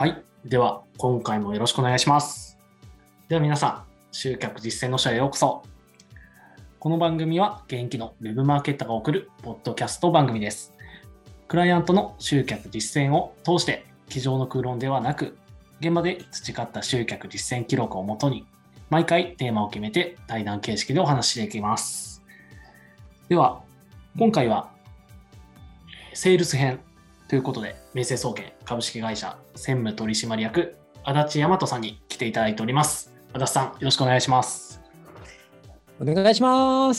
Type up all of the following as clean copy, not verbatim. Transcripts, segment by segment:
はい。では、今回もよろしくお願いします。では皆さん、集客実践の社へようこそ。この番組は現役のウェブマーケッターが送るポッドキャスト番組です。クライアントの集客実践を通して、机上の空論ではなく、現場で培った集客実践記録をもとに、毎回テーマを決めて対談形式でお話ししていきます。では、今回はセールス編ということで、明星総研株式会社専務取締役足立大和さんに来ていただいております。足立さん、よろしくお願いします。 お願いします。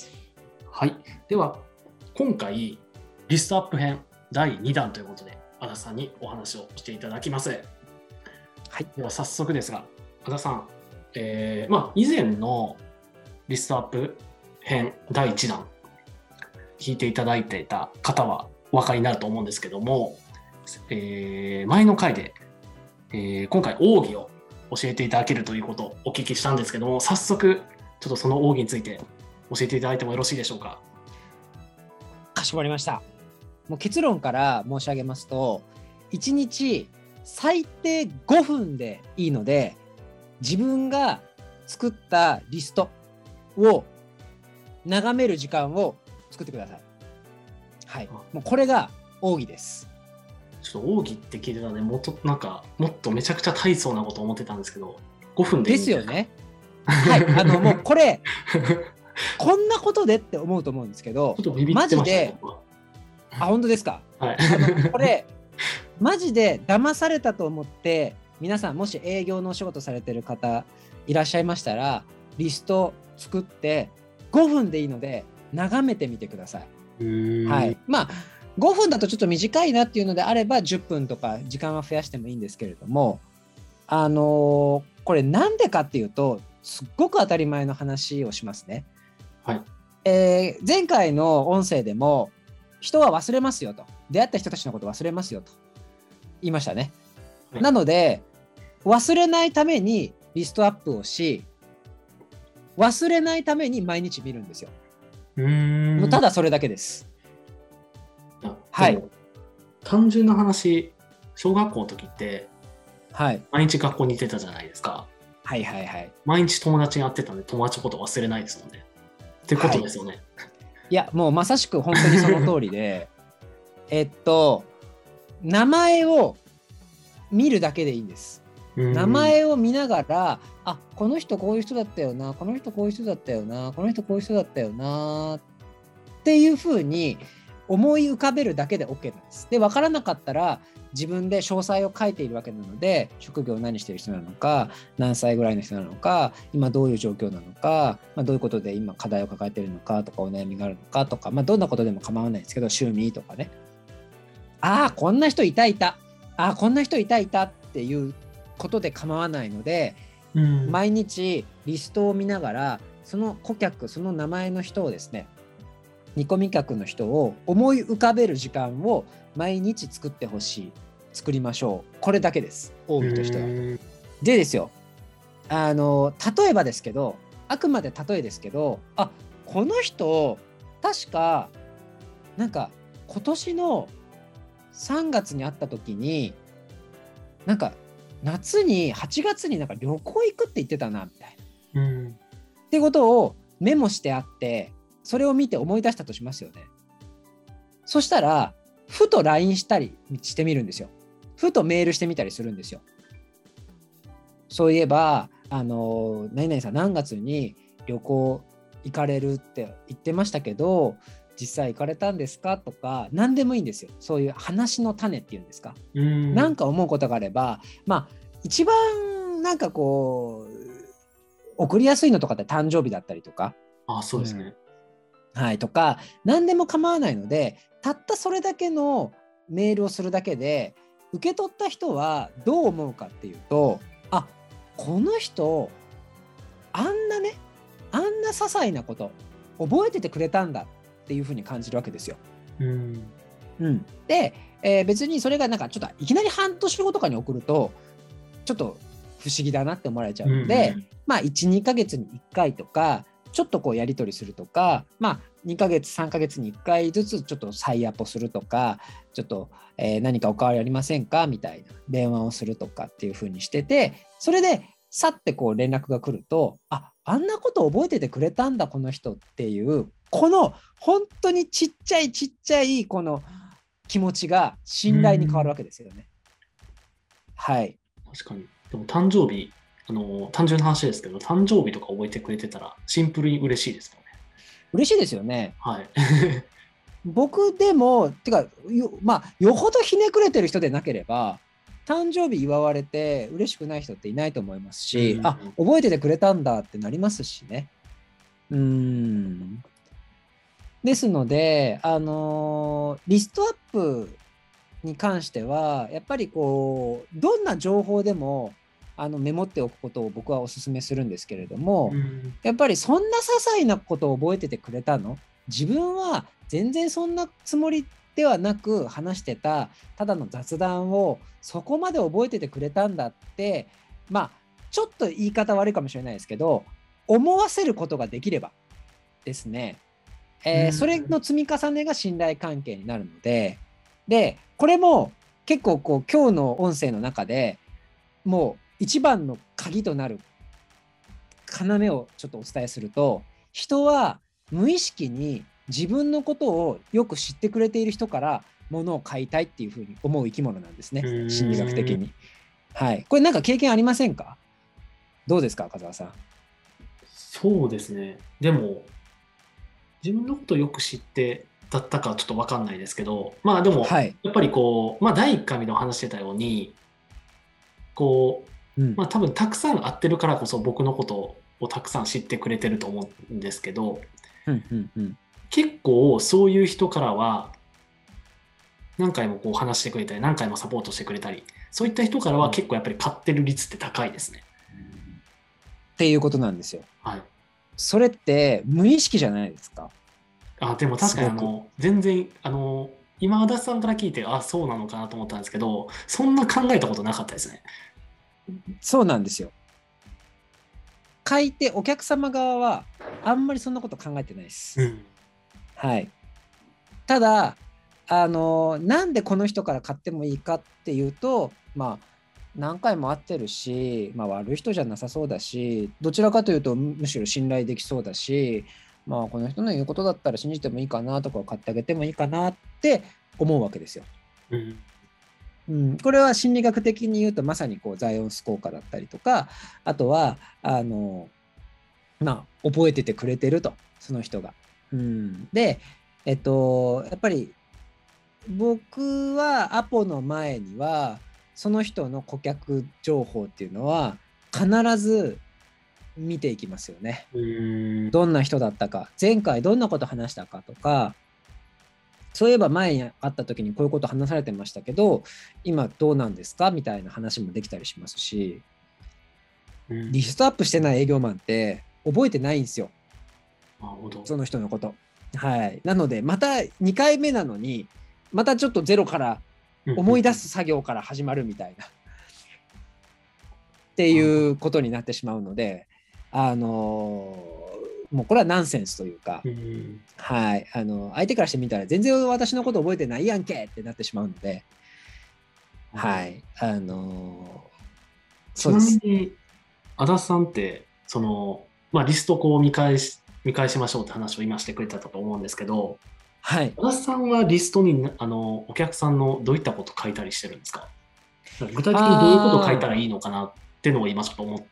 はい。では、今回リストアップ編第2弾ということで、足立さんにお話をしていただきます。はい。では早速ですが、足立さん、以前のリストアップ編第1弾聞いていただいていた方はお分かりになると思うんですけども、前の回で、今回奥義を教えていただけるということをお聞きしたんですけども、早速ちょっとその奥義について教えていただいてもよろしいでしょうか。 かしこまりました。もう結論から申し上げますと、1日最低5分でいいので、自分が作ったリストを眺める時間を作ってください。はい、もうこれが奥義です。 ちょっと奥義って聞いてたので、もっとめちゃくちゃ大層なこと思ってたんですけど、5分でいいんですか？ ですよね。はい、もうこれこんなことでって思うと思うんですけど、 ちょっとビビってましたね。 マジで、本当ですか？ はい、 これマジで騙されたと思って、皆さんもし営業のお仕事されてる方いらっしゃいましたら、リスト作って5分でいいので眺めてみてください。はい、5分だとちょっと短いなっていうのであれば10分とか時間は増やしてもいいんですけれども、これなんでかっていうと、すっごく当たり前の話をしますね。 はい。 前回の音声でも人は忘れますよと、出会った人たちのこと忘れますよと言いましたね。はい、なので忘れないためにリストアップをし、忘れないために毎日見るんですよ。もうただそれだけです。 はい。単純な話、小学校の時って、 はい、 毎日学校に行ってたじゃないですか。 はいはいはい。 毎日友達に会ってたんで、友達のこと忘れないですもんね。ってことですよね。 はい、いや、もうまさしく本当にその通りで名前を見るだけでいいんです。名前を見ながら、あ、この人こういう人だったよな、この人こういう人だったよな、この人こういう人だったよなっていうふうに思い浮かべるだけで OK なんです。で、分からなかったら自分で詳細を書いているわけなので、職業何してる人なのか、何歳ぐらいの人なのか、今どういう状況なのか、どういうことで今課題を抱えているのかとか、お悩みがあるのかとか、どんなことでも構わないですけど、趣味とかね。ああ、こんな人いたいた。ああ、こんな人いたいたっていうことで構わないので、毎日リストを見ながら、その顧客、その名前の人をですね、見込み客の人を思い浮かべる時間を毎日作ってほしい。作りましょう。これだけです。奥義としては。でですよ、例えばですけど、あくまで例えですけど、あ、この人確かなんか今年の3月に会った時に、なんか夏に8月になんか旅行行くって言ってたなみたいな、ってことをメモしてあって、それを見て思い出したとしますよね。そしたらふと LINE したりしてみるんですよ。ふとメールしてみたりするんですよ。そういえば何々さん何月に旅行行かれるって言ってましたけど、実際行かれたんですかとか、何でもいいんですよ。そういう話の種っていうんですか。なんか思うことがあれば、一番なんかこう送りやすいのとかって誕生日だったりとか、 そうですね。 はい、とか何でも構わないので、たったそれだけのメールをするだけで、受け取った人はどう思うかっていうと、あ、この人あんな些細なこと覚えててくれたんだっていうふうに感じるわけですよ。で、別にそれがなんかちょっといきなり半年後とかに送るとちょっと不思議だなって思われちゃうので、1、2ヶ月に1回とかちょっとこうやり取りするとか、2ヶ月3ヶ月に1回ずつちょっと再アポするとか、ちょっと、何かお変わりありませんかみたいな電話をするとかっていう風にしてて、それでさってこう連絡が来ると、あんなこと覚えててくれたんだこの人っていう、この本当にちっちゃいこの気持ちが信頼に変わるわけですよね。はい。 確かに。でも誕生日、単純な話ですけど、誕生日とか覚えてくれてたらシンプルに嬉しいですもんね。 嬉しいですよね。 はい。 僕でも、よほどひねくれてる人でなければ、誕生日祝われて嬉しくない人っていないと思いますし、覚えててくれたんだってなりますしね。ですので、リストアップに関しては、やっぱりこう、どんな情報でもメモっておくことを僕はお勧めするんですけれども、やっぱりそんな些細なことを覚えててくれたの？自分は全然そんなつもりではなく話してたただの雑談をそこまで覚えててくれたんだって、ちょっと言い方悪いかもしれないですけど、思わせることができればですね、それの積み重ねが信頼関係になるので、これも結構こう今日の音声の中でもう一番の鍵となる要をちょっとお伝えすると、人は無意識に自分のことをよく知ってくれている人から物を買いたいっていうふうに思う生き物なんですね、心理学的に。はい。これなんか経験ありませんか？どうですか、風間さん。 そうですね。でも、自分のことをよく知ってだったかはちょっと分かんないですけど、でも、やっぱりこう、第1回目でお話してたように、こう、多分たくさん会ってるからこそ僕のことをたくさん知ってくれてると思うんですけど、結構そういう人からは何回もこう話してくれたり何回もサポートしてくれたり、そういった人からは結構やっぱり買ってる率って高いですね。 っていうことなんですよ。 はい。 それって無意識じゃないですか？ でも確かに全然今足立さんから聞いてそうなのかなと思ったんですけど、そんな考えたことなかったですね。 そうなんですよ。買い手お客様側はあんまりそんなこと考えてないです。はい。ただなんでこの人から買ってもいいかっていうと、何回も会ってるし、悪い人じゃなさそうだし、どちらかというとむしろ信頼できそうだし、この人の言うことだったら信じてもいいかなとか買ってあげてもいいかなって思うわけですよ。これは心理学的に言うとまさにこうザイオンス効果だったりとか、あとは覚えててくれてると、その人が。で、やっぱり僕はアポの前にはその人の顧客情報っていうのは必ず見ていきますよね。どんな人だったか、前回どんなこと話したかとか、そういえば前に会った時にこういうこと話されてましたけど、今どうなんですかみたいな話もできたりしますし、リストアップしてない営業マンって覚えてないんですよ。その人のこと。はい。なのでまた2回目なのにまたちょっとゼロから思い出す作業から始まるみたいなっていうことになってしまうので、もうこれはナンセンスというか、はい、相手からしてみたら全然私のこと覚えてないやんけってなってしまうので、はい、 ちなみに足立さんってリストこう見返しましょうって話を今してくれたと思うんですけど、 はい、 足立さんはリストにお客さんのどういったこと書いたりしてるんですか？具体的にどういうことを書いたらいいのかなっていうのを今ちょっと思って。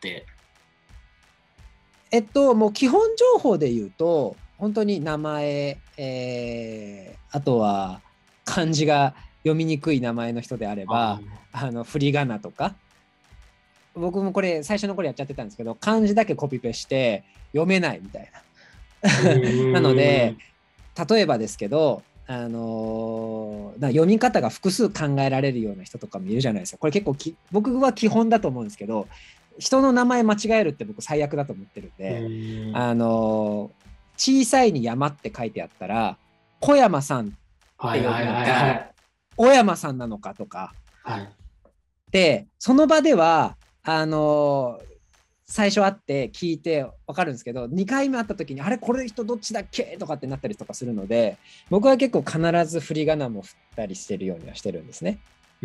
もう基本情報で言うと本当に名前、あとは漢字が読みにくい名前の人であれば振り仮名とか、僕もこれ最初の頃やっちゃってたんですけど、漢字だけコピペして読めないみたいななので例えばですけど、読み方が複数考えられるような人とかもいるじゃないですか。これ結構僕は基本だと思うんですけど、人の名前間違えるって僕最悪だと思ってるんで、小さいに山って書いてあったら小山さんって呼ぶのか小山さんなのかとか、でその場では最初会って聞いて分かるんですけど、2回目会った時にあれこれ人どっちだっけとかってなったりとかするので、僕は結構必ず振り仮名も振ったりしてるようにはしてるんですね。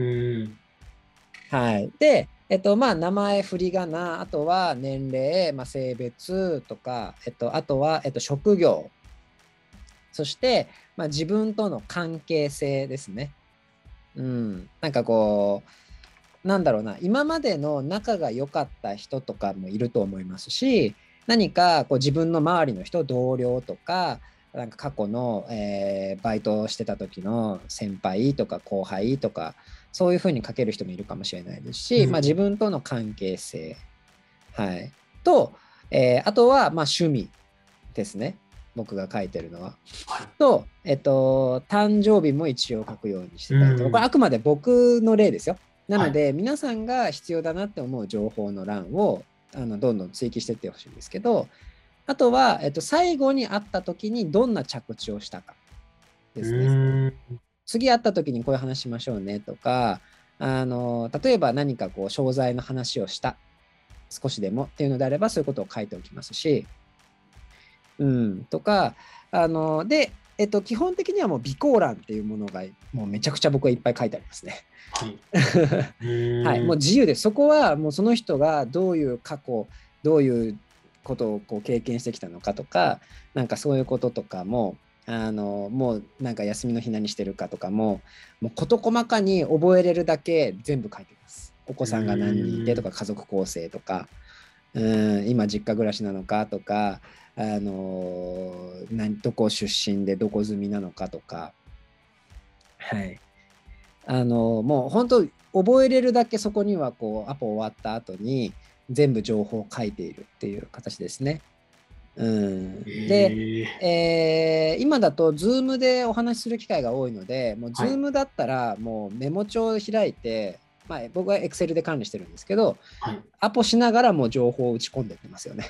はい。で、まあ、名前、振り仮名、あとは年齢、まあ、性別とか、あとは、職業、そして、まあ、自分との関係性ですね。なんかこう、なんだろうな、今までの仲が良かった人とかもいると思いますし、何かこう自分の周りの人、同僚とか、なんか過去の、バイトしてた時の先輩とか後輩とか、そういうふうに書ける人もいるかもしれないですし、まあ、自分との関係性、はい、と、あとはまあ趣味ですね。僕が書いてるのは。と、誕生日も一応書くようにしてたりとか、これあくまで僕の例ですよ。なので、皆さんが必要だなって思う情報の欄をどんどん追記していってほしいんですけど、あとは、最後に会った時にどんな着地をしたかですね。次会った時にこういう話しましょうねとか、例えば何かこう商材の話をした少しでもっていうのであればそういうことを書いておきますし、とかで、基本的にはもう備考欄っていうものがもうめちゃくちゃ僕はいっぱい書いてありますね。はい、もう自由です。そこはもうその人がどういう過去、どういうことをこう経験してきたのかとか、なんかそういうこととかももうなんか休みの日何してるかとかも事細かに覚えれるだけ全部書いてます。お子さんが何人いてとか、家族構成とか、今実家暮らしなのかとか、どこ出身でどこ住みなのかとか、はい、もう本当覚えれるだけそこにはこうアポ終わった後に全部情報を書いているっていう形ですね。で、今だと Zoom でお話しする機会が多いので、もう Zoom だったらもうメモ帳を開いて、まあ、僕は Excel で管理してるんですけど、アポしながらも情報を打ち込んでってますよね。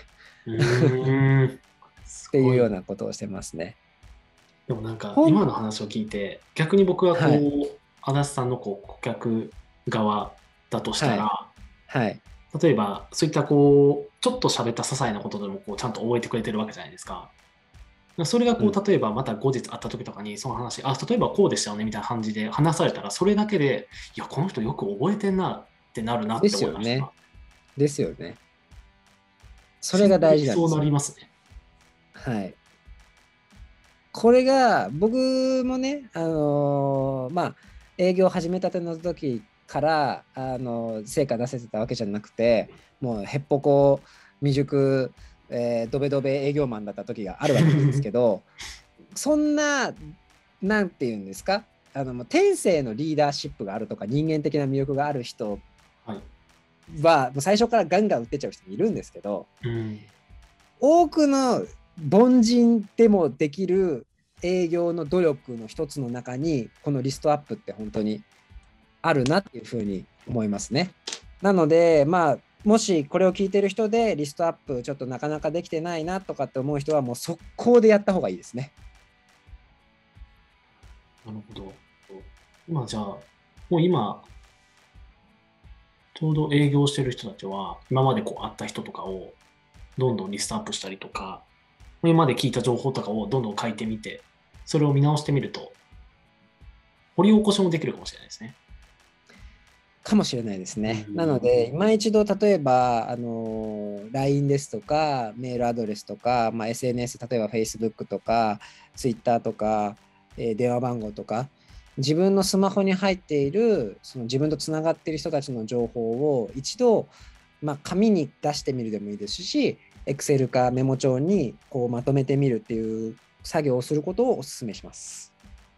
っていうようなことをしてますね。 でもなんか今の話を聞いて、逆に僕はこう、足立さんのこう顧客側だとしたら、例えばそういったこうちょっと喋った些細なことでもこうちゃんと覚えてくれてるわけじゃないですか。それがこう例えばまた後日会った時とかにその話、例えばこうでしたよねみたいな感じで話されたら、それだけでいやこの人よく覚えてんなってなるなって思いました。 ですよね。それが大事なんですよ。 そうなりますね。 はい。これが僕もね、まあ営業始めたての時から成果出せてたわけじゃなくて、もうへっぽこ未熟、ドベドベ営業マンだった時があるわけなんですけどそんななんていうんですか、天性のリーダーシップがあるとか人間的な魅力がある人は、もう最初からガンガン打ってっちゃう人もいるんですけど、多くの凡人でもできる営業の努力の一つの中にこのリストアップって本当にあるなっていうふうに思いますね。なのでまあもしこれを聞いてる人でリストアップちょっとなかなかできてないなとかって思う人はもう速攻でやった方がいいですね。 なるほど。今じゃあもう今ちょうど営業してる人たちは今までこう会った人とかをどんどんリストアップしたりとか、今まで聞いた情報とかをどんどん書いてみて、それを見直してみると、掘り起こしもできるかもしれないですね。 かもしれないですね。なので、今一度、例えば、LINE ですとか、メールアドレスとか、まあ、SNS、例えば Facebook とか、Twitter とか、電話番号とか、自分のスマホに入っている、その自分とつながっている人たちの情報を一度、まあ、紙に出してみるでもいいですし、Excel かメモ帳にこうまとめてみるっていう作業をすることをお勧めします。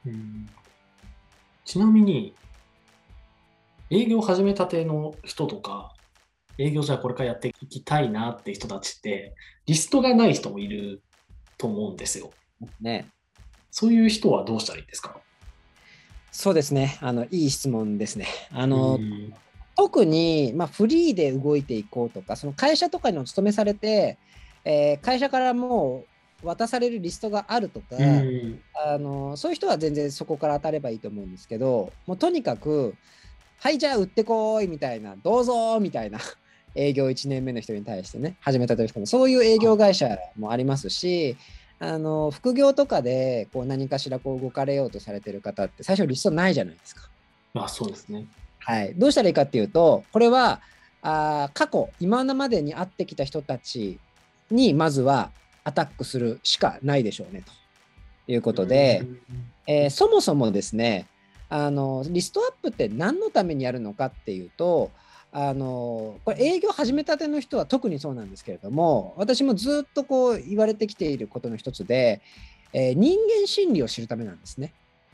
ちなみに、営業始めたての人とか、営業じゃあこれからやっていきたいなって人たちって、リストがない人もいると思うんですよ。 ね。 そういう人はどうしたらいいですか？ そうですね。いい質問ですね。特に、まあ、フリーで動いていこうとか、その会社とかにお勤めされて、会社からもう渡されるリストがあるとか、そういう人は全然そこから当たればいいと思うんですけど、もうとにかく、はい、じゃあ売ってこいみたいな、どうぞみたいな営業1年目の人に対してね、始めたという人も、そういう営業会社もありますし、副業とかでこう何かしらこう動かれようとされてる方って最初リストないじゃないですか。 そうですね。 はい、どうしたらいいかっていうと、これは過去今までに会ってきた人たちにまずはアタックするしかないでしょうねということで、そもそもですね、リストアップって何のためにやるのかっていうと、これ営業始めたての人は特にそうなんですけれども、私もずっとこう言われてきていることの一つで、人間心理を知るためなんですね。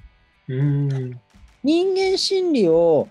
人間心理を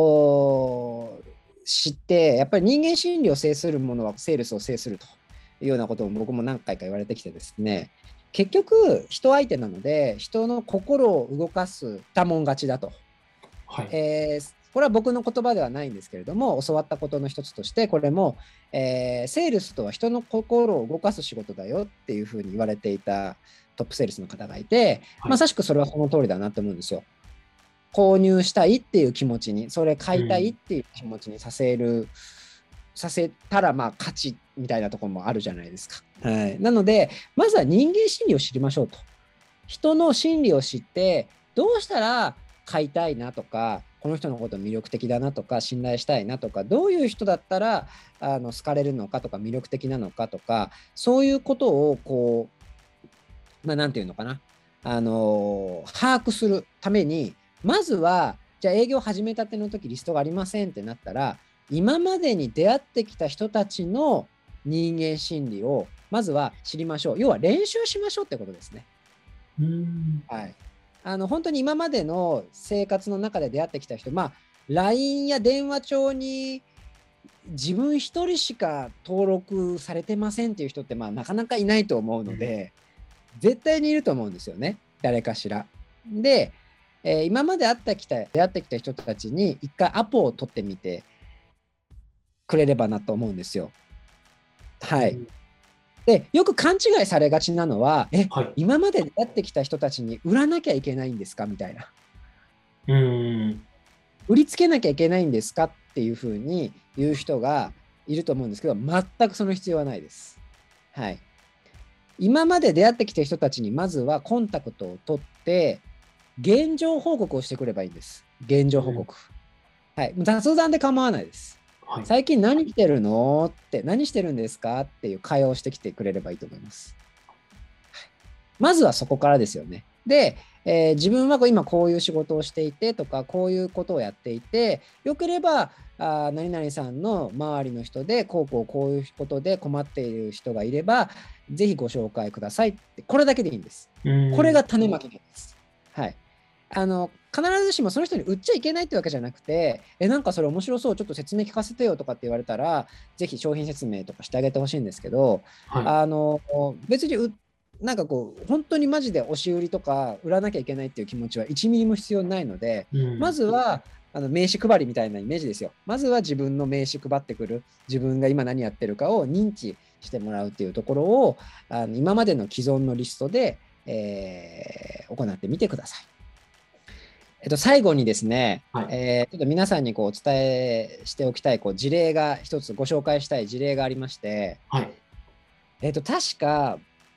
知って、やっぱり人間心理を制するものはセールスを制するというようなことを僕も何回か言われてきてですね、結局人相手なので人の心を動かすたもん勝ちだと、これは僕の言葉ではないんですけれども、教わったことの一つとして、これも、セールスとは人の心を動かす仕事だよっていうふうに言われていたトップセールスの方がいて、まさしくそれはその通りだなと思うんですよ。購入したいっていう気持ちに、それ買いたいっていう気持ちにさせたらまあ勝ちみたいなところもあるじゃないですか。はい、なのでまずは人間心理を知りましょうと。人の心理を知ってどうしたら買いたいなとか、この人のこと魅力的だなとか、信頼したいなとか、どういう人だったら好かれるのかとか魅力的なのかとか、そういうことをこうなんていうのかな、把握するために、まずはじゃあ営業始めたての時リストがありませんってなったら、今までに出会ってきた人たちの人間心理をまずは知りましょう。要は練習しましょうってことですね。はい、本当に今までの生活の中で出会ってきた人、LINE や電話帳に自分一人しか登録されてませんっていう人ってなかなかいないと思うので、絶対にいると思うんですよね、誰かしら。で、今まで出会ってきた人たちに一回アポを取ってみてくれればなと思うんですよ。はい。で、よく勘違いされがちなのは、今まで出会ってきた人たちに売らなきゃいけないんですかみたいな。売りつけなきゃいけないんですかっていうふうに言う人がいると思うんですけど、全くその必要はないです。はい。今まで出会ってきた人たちにまずはコンタクトを取って現状報告をしてくればいいんです。現状報告。はい。雑談で構わないです。最近何してるのって、何してるんですかっていう会話をしてきてくれればいいと思います。まずはそこからですよね。で、自分は今こういう仕事をしていてとか、こういうことをやっていて、よければ何々さんの周りの人でこういうことで困っている人がいればぜひご紹介くださいって、これだけでいいんです。これが種まきです。はい。必ずしもその人に売っちゃいけないってわけじゃなくて、なんかそれ面白そう、ちょっと説明聞かせてよとかって言われたら、ぜひ商品説明とかしてあげてほしいんですけど、別になんかこう本当にマジで押し売りとか売らなきゃいけないっていう気持ちは1ミリも必要ないので、まずは名刺配りみたいなイメージですよ。まずは自分の名刺配ってくる、自分が今何やってるかを認知してもらうっていうところを今までの既存のリストで、行ってみてください。最後にですね、ちょっと皆さんにお伝えしておきたい事例が一つご紹介したい事例がありまして、確か、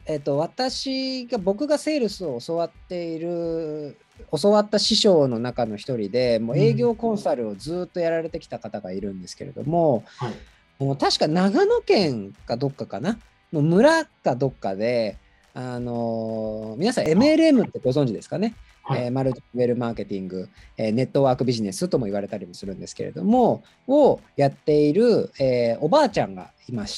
僕がセールスを教わった師匠の中の一人で、もう営業コンサルをずっとやられてきた方がいるんですけれども、もう確か長野県かどっかかなの村かどっかで、皆さん MLM ってご存知ですかね。マルチレベルマーケティング、ネットワークビジネスとも言われたりもするんですけれども、をやっている、おばあちゃんがいまして、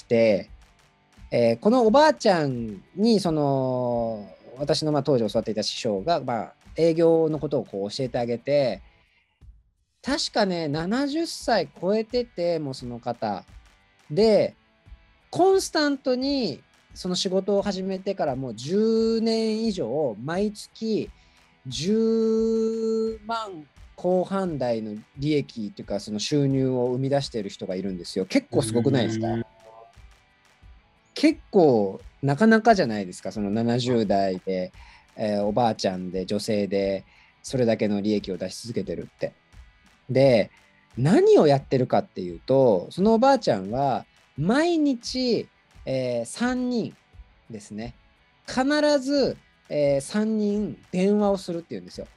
このおばあちゃんに私の当時教わっていた師匠が、営業のことを教えてあげて、確かね70歳超えててもその方でコンスタントにその仕事を始めてからもう10年以上毎月10万後半台の利益というかその収入を生み出している人がいるんですよ。結構すごくないですか？結構なかなかじゃないですか。その70代で、おばあちゃんで女性でそれだけの利益を出し続けてるって。で何をやってるかっていうと、そのおばあちゃんは毎日、3人ですね、必ず、3人電話をするっていうんですよ。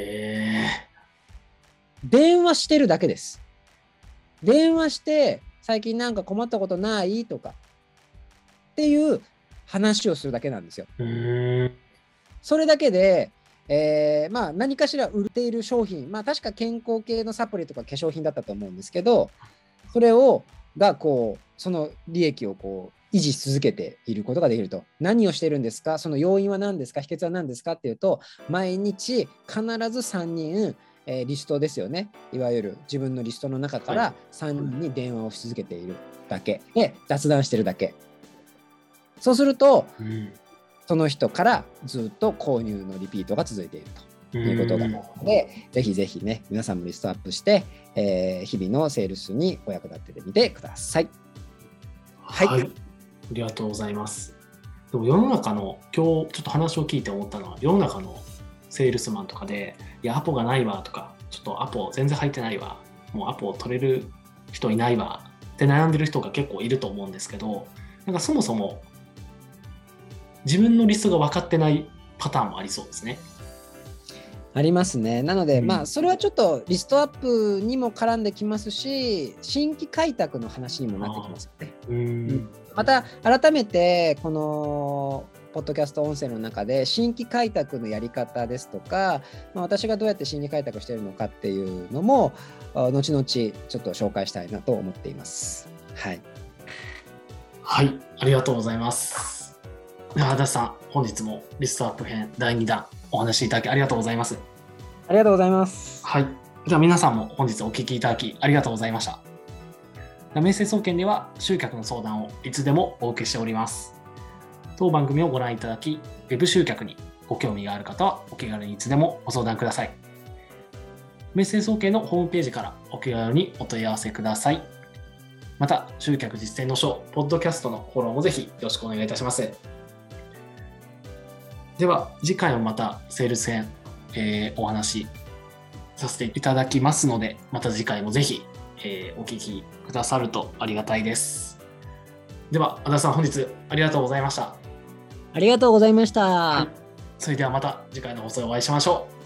電話してるだけです。電話して最近なんか困ったことないとかっていう話をするだけなんですよ。それだけで、まあ、何かしら売っている商品、まあ、確か健康系のサプリとか化粧品だったと思うんですけど、それがこうその利益をこう維持し続けていることができると。何をしているんですか、その要因は何ですか、秘訣は何ですかっていうと、毎日必ず3人、リストですよね、いわゆる自分のリストの中から3人に電話をし続けているだけで、雑談してるだけ。そうすると、その人からずっと購入のリピートが続いているということがあるので、ぜひぜひね、皆さんもリストアップして、日々のセールスにお役立ててみてください。 はい、ありがとうございます。でも世の中の、今日ちょっと話を聞いて思ったのは、世の中のセールスマンとかで、いやアポがないわとか、ちょっとアポ全然入ってないわ、もうアポを取れる人いないわって悩んでる人が結構いると思うんですけど、なんかそもそも自分のリストが分かってないパターンもありそうですね。 ありますね。なので、まあそれはちょっとリストアップにも絡んできますし、新規開拓の話にもなってきますよね。また改めてこのポッドキャスト音声の中で新規開拓のやり方ですとか、まあ、私がどうやって新規開拓しているのかっていうのも後々ちょっと紹介したいなと思っています。はい。 はい、ありがとうございます。足立さん、本日もリストアップ編第2弾お話しいただきありがとうございます。 ありがとうございます。 はい。では皆さんも本日お聞きいただきありがとうございました。明生総研では集客の相談をいつでもお受けしております。当番組をご覧いただき、ウェブ集客にご興味がある方はお気軽にいつでもご相談ください。明生総研のホームページからお気軽にお問い合わせください。また、集客実践の書、ポッドキャストのフォローもぜひよろしくお願いいたします。では、次回もまたセールス編、お話しさせていただきますので、また次回もぜひ、お聞きくださるとありがたいです。では、足立さん、本日ありがとうございました。 ありがとうございました。 はい、それではまた次回の放送でお会いしましょう。